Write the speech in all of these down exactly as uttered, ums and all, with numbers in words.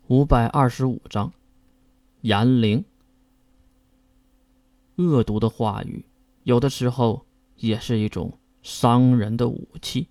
五百二十五章言灵。恶毒的话语有的时候也是一种伤人的武器。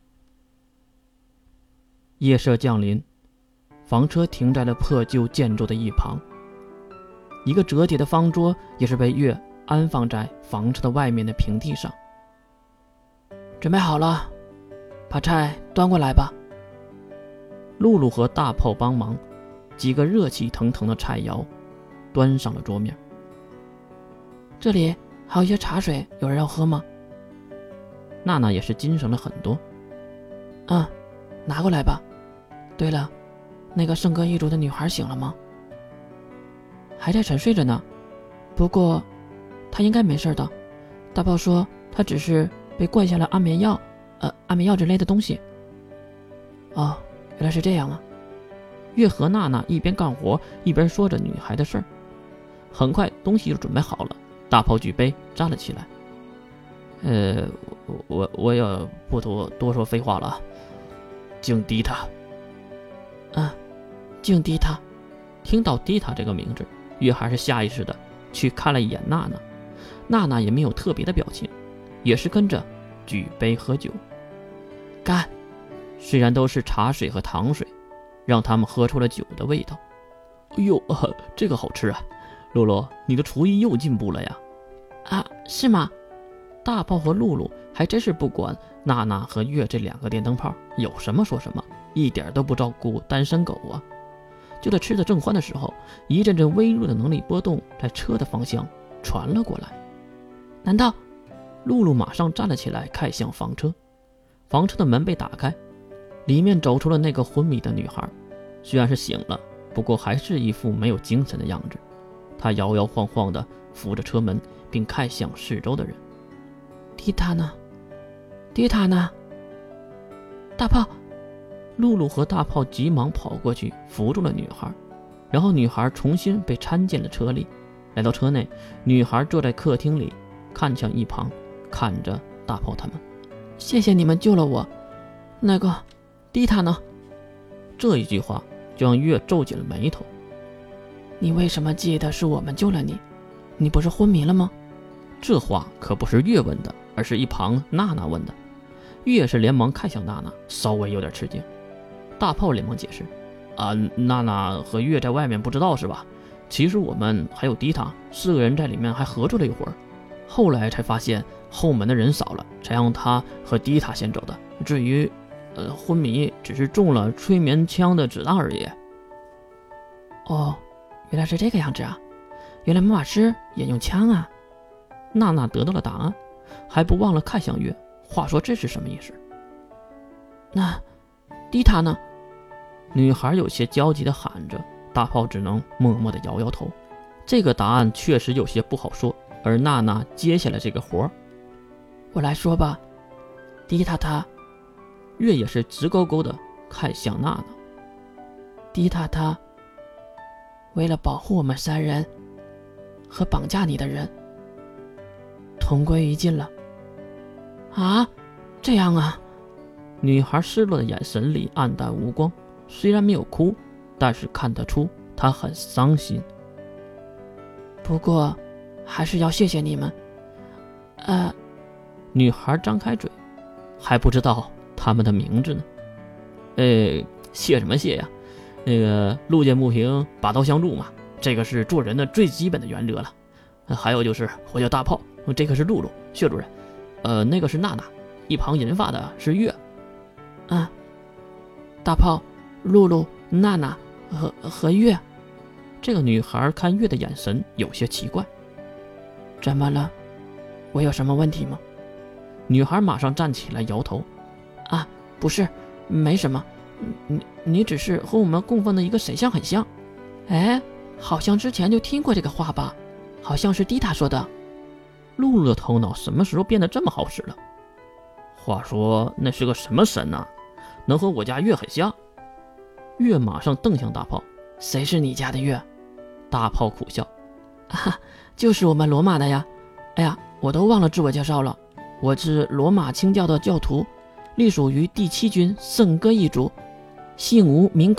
夜色降临，房车停在了破旧建筑的一旁，一个折叠的方桌也是被月安放在房车的外面的平地上。 准备好了，把菜端过来吧。 露露和大炮帮忙，几个热气腾腾的菜肴端上了桌面。 这里还有一些茶水，有人要喝吗？ 娜娜也是精神了很多。 嗯，拿过来吧。对了，那个圣歌一族的女孩醒了吗？还在沉睡着呢，不过她应该没事的。大炮说她只是被灌下了安眠药，呃，安眠药之类的东西。哦，原来是这样啊。 月和娜娜一边干活一边说着女孩的事儿。很快东西就准备好了，大炮举杯站了起来。呃，我我也不多多说废话了，敬迪塔。 嗯，敬迪塔。 听到迪塔这个名字，月还是下意识的去看了一眼娜娜，娜娜也没有特别的表情，也是跟着举杯喝酒。 干！ 虽然都是茶水和糖水，让他们喝出了酒的味道。哎呦、呃，这个好吃啊！露露，你的厨艺又进步了呀。 啊，是吗？ 大炮和露露还真是不管娜娜和月这两个电灯泡，有什么说什么，一点都不照顾单身狗啊。就在吃得正欢的时候，一阵阵微弱的能力波动在车的方向传了过来。 难道？ 露露马上站了起来，看向房车。房车的门被打开，里面走出了那个昏迷的女孩。虽然是醒了，不过还是一副没有精神的样子。她摇摇晃晃地扶着车门，并看向四周的人。 迪塔呢？迪塔呢？大炮！ 露露和大炮急忙跑过去扶住了女孩，然后女孩重新被搀进了车里。来到车内，女孩坐在客厅里，看向一旁，看着大炮他们。 谢谢你们救了我。那个迪塔呢？ 这一句话就让月皱紧了眉头。 你为什么记得是我们救了你？你不是昏迷了吗？ 这话可不是月问的，而是一旁娜娜问的。月是连忙看向娜娜，稍微有点吃惊。大炮连忙解释：啊，娜娜和月在外面不知道是吧？其实我们还有迪塔，四个人在里面还合作了一会儿，后来才发现后门的人少了，才让他和迪塔先走的。至于呃昏迷，只是中了催眠枪的子弹而已。 哦，原来是这个样子啊！原来魔法师也用枪啊！ 娜娜得到了答案，还不忘了看向月。话说这是什么意思？ 那迪塔呢？ 女孩有些焦急地喊着，大炮只能默默地摇摇头。这个答案确实有些不好说，而娜娜接下来这个活， 我来说吧。迪塔他， 月也是直勾勾地看向娜娜。 迪塔他，为了保护我们三人和绑架你的人，同归于尽了。啊，这样啊！ 女孩失落的眼神里暗淡无光，虽然没有哭，但是看得出她很伤心。 不过还是要谢谢你们。呃， 女孩张开嘴，还不知道他们的名字呢。呃，谢什么谢呀？那个路见不平拔刀相助嘛，这个是做人的最基本的原则了。还有就是我叫大炮，这个是露露，血主人。呃，那个是娜娜，一旁银发的是月。 啊，大炮、露露、娜娜和和月。 这个女孩看月的眼神有些奇怪。 怎么了？我有什么问题吗？ 女孩马上站起来摇头。 啊，不是，没什么。你你只是和我们供奉的一个神像很像。哎，好像之前就听过这个话吧？好像是迪塔说的。 露露的头脑什么时候变得这么好使了？话说那是个什么神啊？能和我家月很像？月马上瞪向大炮。 谁是你家的月？ 大炮苦笑。 啊，就是我们罗马的呀。哎呀，我都忘了自我介绍了。我是罗马清教的教徒，隶属于第七军圣歌一族，姓吴名口，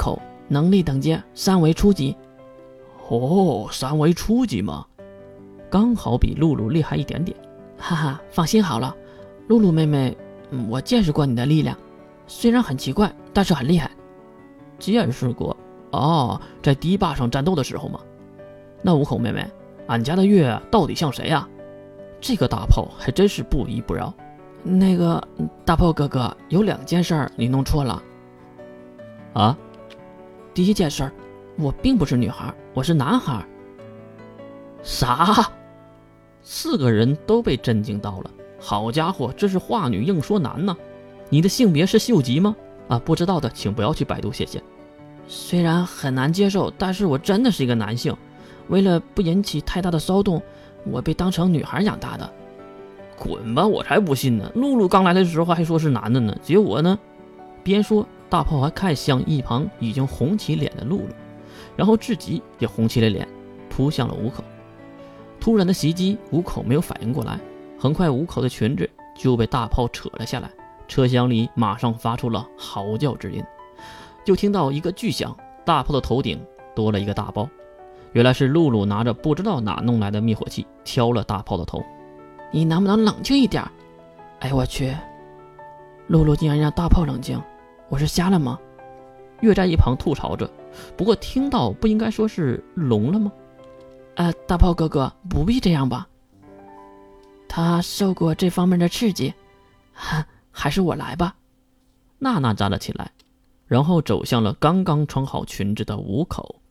能力等级三维初级。 哦，三维初级吗？刚好比露露厉害一点点。 哈哈，放心好了，露露妹妹，嗯，我见识过你的力量，虽然很奇怪，但是很厉害。 见识过？哦，在堤坝上战斗的时候吗？那五口妹妹，俺家的月到底像谁呀？这个大炮还真是不依不饶。 那个大炮哥哥，有两件事你弄错了。 啊？ 第一件事，我并不是女孩，我是男孩。 啥？四个人都被震惊到了。好家伙，这是话女硬说男呢。你的性别是秀吉吗？啊，不知道的请不要去百度，谢谢。 虽然很难接受，但是我真的是一个男性，为了不引起太大的骚动，我被当成女孩养大的。 滚吧，我才不信呢！露露刚来的时候还说是男的呢，结果呢？边说，大炮还看向一旁已经红起脸的露露，然后自己也红起了脸，扑向了五口。突然的袭击，五口没有反应过来，很快五口的裙子就被大炮扯了下来，车厢里马上发出了嚎叫之音。就听到一个巨响，大炮的头顶多了一个大包，原来是露露拿着不知道哪弄来的灭火器挑了大炮的头。 你能不能冷静一点？哎我去，露露竟然让大炮冷静，我是瞎了吗？ 月在一旁吐槽着，不过听到不应该说是聋了吗？ 呃，大炮哥哥不必这样吧，他受过这方面的刺激，哈，还是我来吧。 娜娜站了起来，然后走向了刚刚穿好裙子的五口。